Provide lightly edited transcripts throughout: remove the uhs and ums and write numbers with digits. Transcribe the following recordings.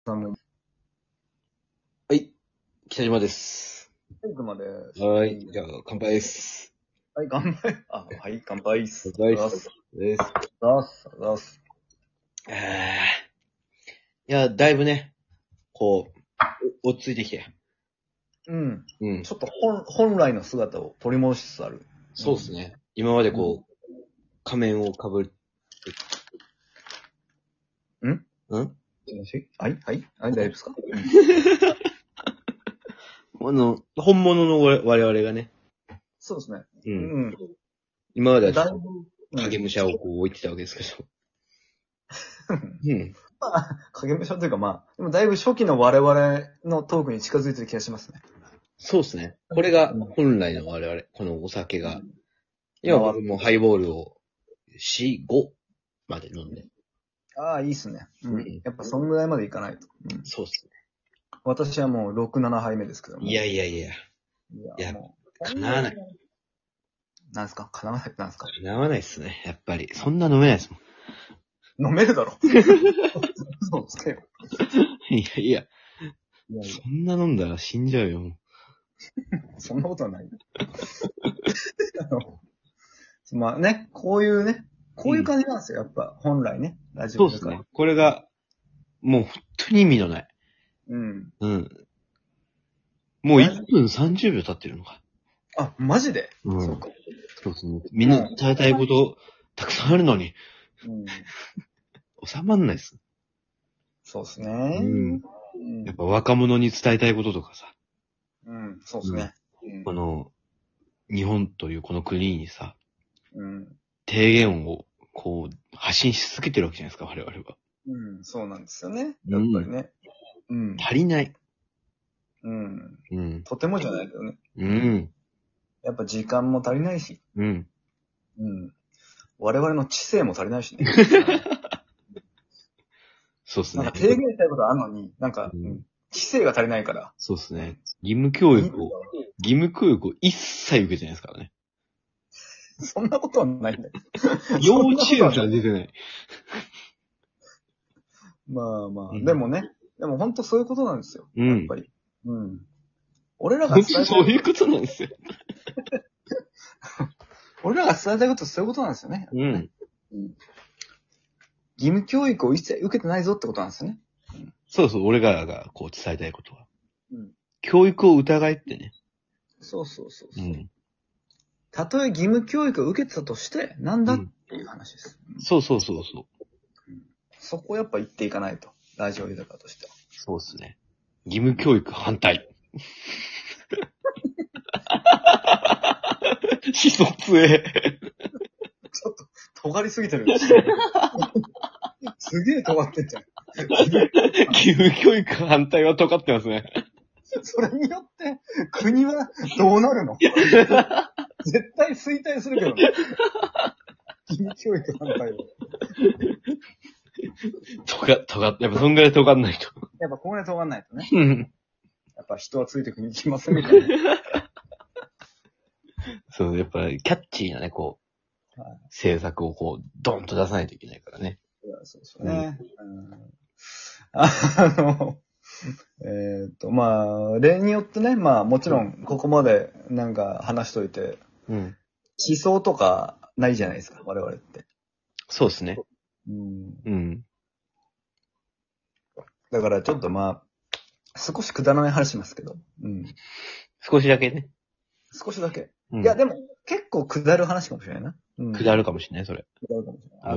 さんも、 はい、北島です。 いつまで。 はい、じゃあ、乾杯です。 はい、乾杯。あ、はい、乾杯っす。 乾杯です。です。 ざす、ざす。 いや、だいぶね、こう、落ち着いてきて。 うん。 うん。 ちょっと本来の姿を取り戻しつつある。 そうですね。今までこう、仮面をかぶる。 うんんはい、はい、はい、大丈夫ですか？ 本物の我々がね、 そうですね。 うん。 うん。 今まではちょっだいぶ、 と影武者をこう置いてたわけですけど。うん。 まあ、影武者というかまあ、でもだいぶ初期の我々のトークに近づいてる気がしますね。 そうですね。これが本来の我々、このお酒が。今僕もハイボールを4、5まで飲んで。 ああ、いいっすね。ううんん。やっぱそんぐらいまでいかないと。うん。 そうっすね。 私はもう6、7杯目ですけども。 いやいやいや。 いいや、 もう。 叶わない。 なんすか？叶わないってなんすか？ 叶わないっすね。やっぱり。そんな飲めないですも飲めるだろ。そうつけよ。 ん。いやいや、 いやいや、 そんな飲んだら死んじゃうよ。もそんなことはない。まあね、こういうね、こういう感じなんですよ、やっぱ、本来ね、ラジオだから。 そうですね。これが、もう本当に意味のない。 うん。 うん。もう1分30秒経ってるのか。 あ、マジで、 うん。 そうか。 そうですね。みんな伝えたいこと、たくさんあるのに、 うん。 収まんないっす。 そうですうね。 ん。 うんやっぱ若者に伝えたいこととかさ、 うん、そうですね。 この、日本というこの国にさ、 うん。 提言を、こう、発信し続けてるわけじゃないですか、我々は。 うん、そうなんですよね。やっぱりね。うん。 足りない。 うん。 うん。 とてもじゃないけどね。 うん。 やっぱ時間も足りないし。 うん。 うん。我々の知性も足りないしね。 そうっすね。 なんか提言したいことあるのに、なんか、 うん知性が足りないから。 そうっすね。義務教育を一切受けてないですからね。 そんなことはないんだよ。 幼稚園から出てない。 まあまあ、 うんでもね、でも本当そういうことなんですよ。 うんやっぱり。うん。俺らが本当伝えたい、 そういうことなんですよ。 俺らが伝えたいことはそういうことなんですよね。 うん。 うん義務教育を一切受けてないぞってことなんですよね。 そうそう、俺らがこう伝えたいことは。 うん。 教育を疑えってね。 そうそうそうそう。 ん。 たとえ義務教育を受けてたとして、なんだっていう話です。 そうそうそうそう。 そこをやっぱ言っていかないと。ラジオ豊かとしては。 そうっすね。義務教育反対。しそつえ。 ちょっと、尖りすぎてる。すげえ尖ってんじゃん。 義務教育反対は尖ってますね。 それによって、国はどうなるの？絶対衰退するけどね。義務教育反対は。 やっぱそんぐらい尖んないと。 やっぱここで尖んないとね。 うんやっぱ人はついてくに来ませんみたいな。 そう、やっぱキャッチーなね、こう、 はい政策をこう、ドンと出さないといけないからね。 いやそうですよね。あの、まあ、例によってね、まあもちろんここまでなんか話しといて、 うん。 思想とかないじゃないですか、我々って。 そうですね。 うん。 うん。 だからちょっとまあ、少しくだらない話しますけど、うん。 少しだけね。 少しだけ。 うんいや、でも結構くだる話かもしれないな。うん。 下るかもしれない、それ。 くだるかもしれない。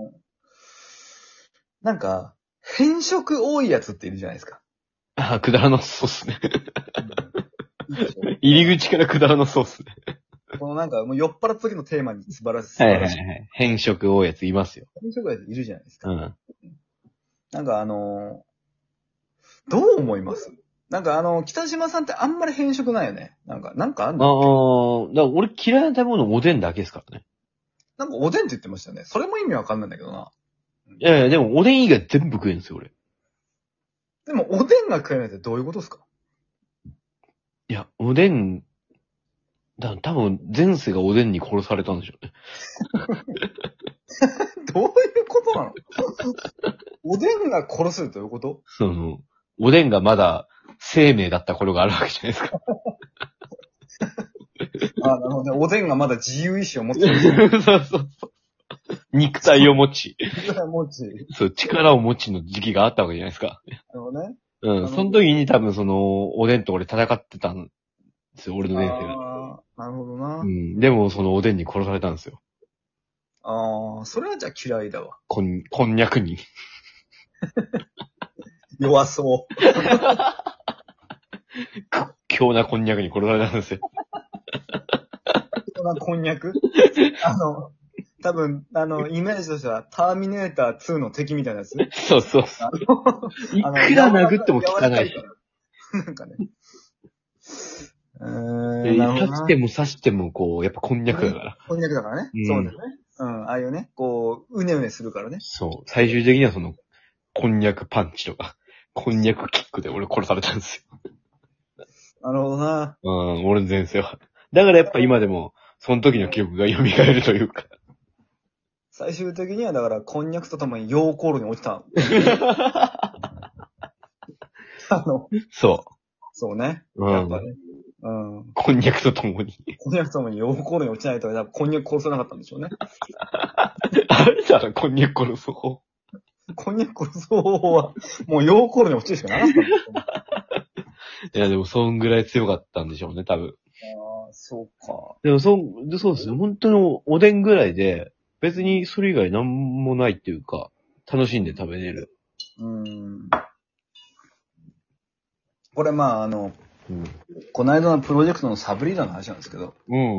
なんか、変色多いやつっているじゃないですか。 あ、くだらなそうっすね。 いいでしょ入り口からくだらなそうっすね。 このなんかもう酔っ払った時のテーマに素晴らしい。 はいはいはい。変色多いやついますよ。 変色多いやついるじゃないですか。 うん。 なんかどう思います？なんか北島さんってあんまり変色ないよね。なんかあんだっけ？ だから俺嫌いな食べ物おでんだけですからね。 なんかおでんって言ってましたよね。それも意味わかんないんだけどな。 いやいや、でもおでん以外全部食えるんですよ、俺。 でもおでんが食えないってどういうことですか？ いや、おでん、多分前世がおでんに殺されたんでしょうね。 どういうことなの？ おでんが殺すってどういうこと？ おでんがまだ生命だった頃があるわけじゃないですか。 なるほどね。おでんがまだ自由意志を持ってる。 そうそう。肉体を持ち。 肉体を持ち。 そう、力を持ちの時期があったわけじゃないですか。 なるほどね。 その時に多分おでんと俺戦ってたんですよ、俺の前世が。 なるほどな。 でもそのおでんに殺されたんですよ。 それはじゃあ嫌いだわ。 こんにゃくに。 弱そう。 屈強なこんにゃくに殺されたんですよ。 屈強なこんにゃく多分、イメージとしては、ターミネーター2の敵みたいなやつ。 そうそう。いくら殴っても効かない。 なんかね。 刺しても刺しても、やっぱこんにゃくだから。 こんにゃくだからね。そうだよね。ああいうね、うねうねするからね。 そう。最終的にはこんにゃくパンチとか、こんにゃくキックで俺殺されたんですよ。 なるほどな。 俺の前世は。だからやっぱ今でも、その時の記憶が蘇るというか。 最終的にはだから、こんにゃくとともにヨーコールに落ちた。 そう。 そうね。やっぱね。 こんにゃくとともに。 こんにゃくとともにヨーコールに落ちないと、こんにゃく殺せなかったんでしょうね。 あれだろ、こんにゃく殺す方法。 こんにゃく殺す方法は、もうヨーコールに落ちるしかなかったんですよ。 いや、でも、そんぐらい強かったんでしょうね、多分。 そうか。 でも、そうですね。本当におでんぐらいで、別にそれ以外なんもないっていうか、楽しんで食べれる。 これこの間のプロジェクトのサブリーダーの話なんですけど。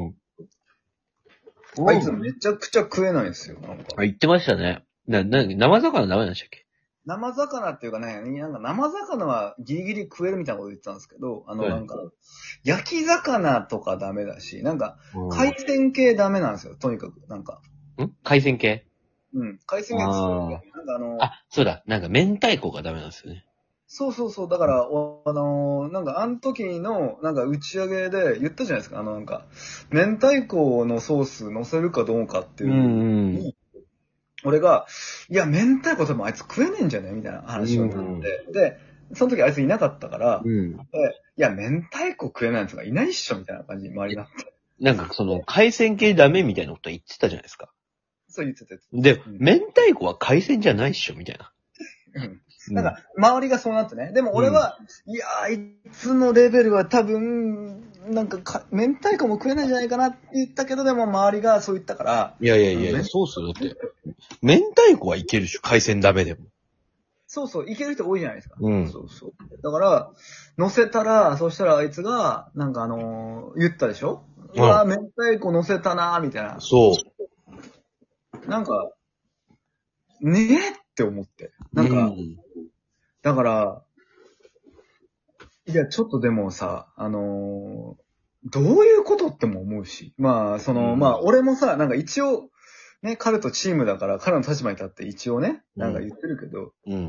あいつめちゃくちゃ食えないんですよ。 言ってましたね。生魚ダメなんでしたっけ？ 生魚っていうかね、生魚はギリギリ食えるみたいなこと言ってたんですけど、焼き魚とかダメだし、海鮮系ダメなんですよ、とにかく、 海鮮系？ 海鮮系そうだ、明太子がダメなんですよね。 そう。だから、あの時の、打ち上げで言ったじゃないですか。明太子のソース乗せるかどうかっていう。俺が、いや、明太子多分あいつ食えねえんじゃねみたいな話をなって。で、その時あいついなかったから、いや、明太子食えないやつがいないっしょみたいな感じに周りになって。 海鮮系ダメみたいなこと言ってたじゃないですか。 そう言ってた。 で、明太子は海鮮じゃないっしょみたいな。 周りがそうなってね。でも俺は、いやあいつのレベルは多分、明太子も食えないんじゃないかなって言ったけど、でも周りがそう言ったから。 いや、そうっすよ。だって。明太子はいけるでしょ、海鮮ダメでも。 そう、いける人多いじゃないですか。そう。だから、乗せたら、そしたらあいつが、言ったでしょ？うわ、明太子乗せたなみたいな。 そう。 ねえって思って。だから、いや、ちょっとでもさ、どういうことっても思うし。俺もさ、一応、ね、彼とチームだから、彼の立場に立って一応ね、言ってるけど、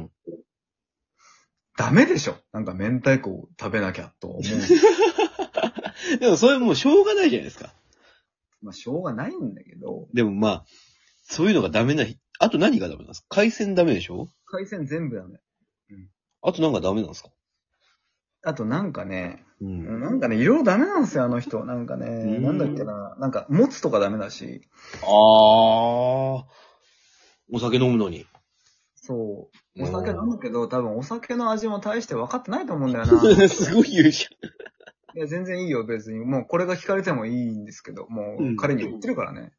ダメでしょ。明太子を食べなきゃと思う。 でもそれもうしょうがないじゃないですか。 しょうがないんだけど。 でもそういうのがダメな、あと何がダメなんですか？海鮮ダメでしょ？ 海鮮全部ダメ。 あとダメなんですか？ あといろいろダメなんですよ、あの人。なんだっけな。もつとかダメだし。 お酒飲むのに。 そう。お酒飲むけど、多分お酒の味も大して分かってないと思うんだよな。 すごい言うじゃん。いや、全然いいよ、別に。もうこれが聞かれてもいいんですけど、もう彼に言ってるからね。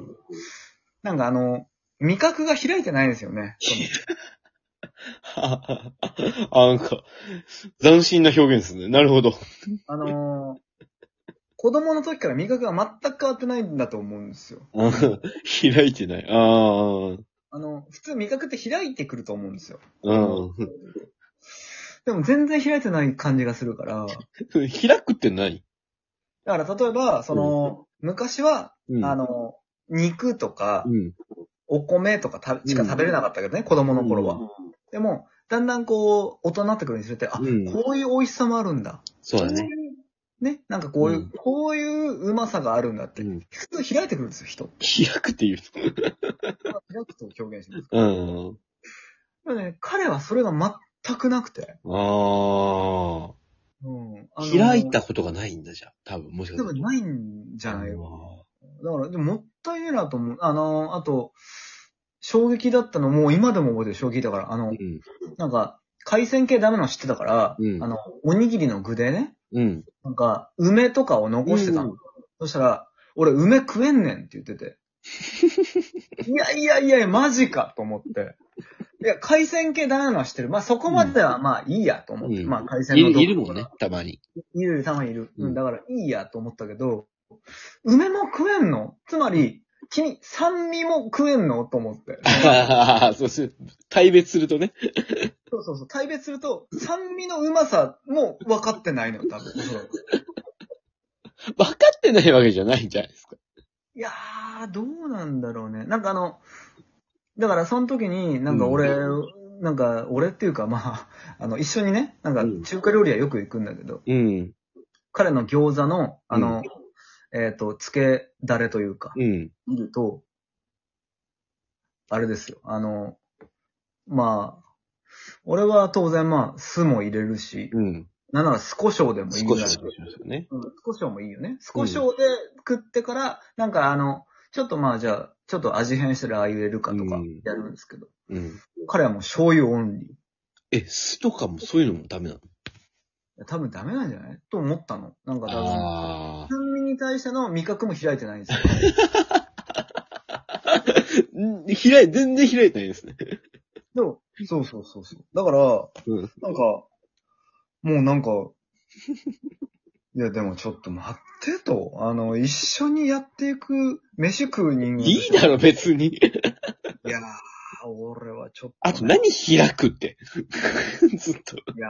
味覚が開いてないんですよね。 斬新な表現ですね。なるほど。 子供の時から味覚が全く変わってないんだと思うんですよ。 開いてない。 普通味覚って開いてくると思うんですよ。でも全然開いてない感じがするから。 開くって何？ だから例えば、昔は、肉とか、お米とかしか食べれなかったけどね、子供の頃は。でも、だんだん大人になってくるにつれて、こういう美味しさもあるんだ。 そうだね。 ね、こういううまさがあるんだって。普通開いてくるんですよ、人。 開くって言う。 開くと表現します。 でもね、彼はそれが全くなくて。 あうん。 開いたことがないんだ、じゃあ。多分、もしかしたら。 多分ないんじゃないよ。だから、でももったいねえなと思う。あと、衝撃だったのもう今でも覚えてる、衝撃だから、 うん。 なんか、海鮮系ダメなの知ってたから、 うんおにぎりの具でね、 うん。 なんか、梅とかを残してたの。 うんそしたら、俺梅食えんねんって言ってて。いやいやいや、マジかと思って。いや、海鮮系ダメなのは知ってる。まあそこまではまあいいやと思って。 うんまあ海鮮のいるもんね、たまに。 たまにいる。 うんだからいいやと思ったけど、梅も食えんの？つまり、君、酸味も食えんのと思って。 そうする。大別するとね。 そうそうそう。大別すると、酸味のうまさも分かってないのよ、多分。おそらく。 分かってないわけじゃないんじゃないですか。 いやー、どうなんだろうね。なんかだからその時に、なんか俺っていうかまあ、一緒にね、なんか中華料理屋よく行くんだけど、 うん。 彼の餃子の、つけだれというか、 うん。 見ると、あれですよ。まあ、俺は当然まあ、酢も入れるし、 うん。 なんなら酢胡椒でもいいぐらい。 少ししますよね。 酢胡椒もいいよね。酢胡椒で食ってから、なんかちょっとまあじゃあ、ちょっと味変してラー油入れるかとかやるんですけど、 うん。 彼はもう醤油オンリー。 酢とかもそういうのもダメなの？ 多分ダメなんじゃないと思ったの。なんか多分、 あ酸味に対しての味覚も開いてないんですよ。 全然開いてないですね。 そう。だから、 うん。 なんか、もうなんか、いやでもちょっと待ってと、一緒にやっていく、飯食う人間。 いいだろ、別に。 いやー、俺はちょっと、ね。 あと何開くって。ずっと。 いや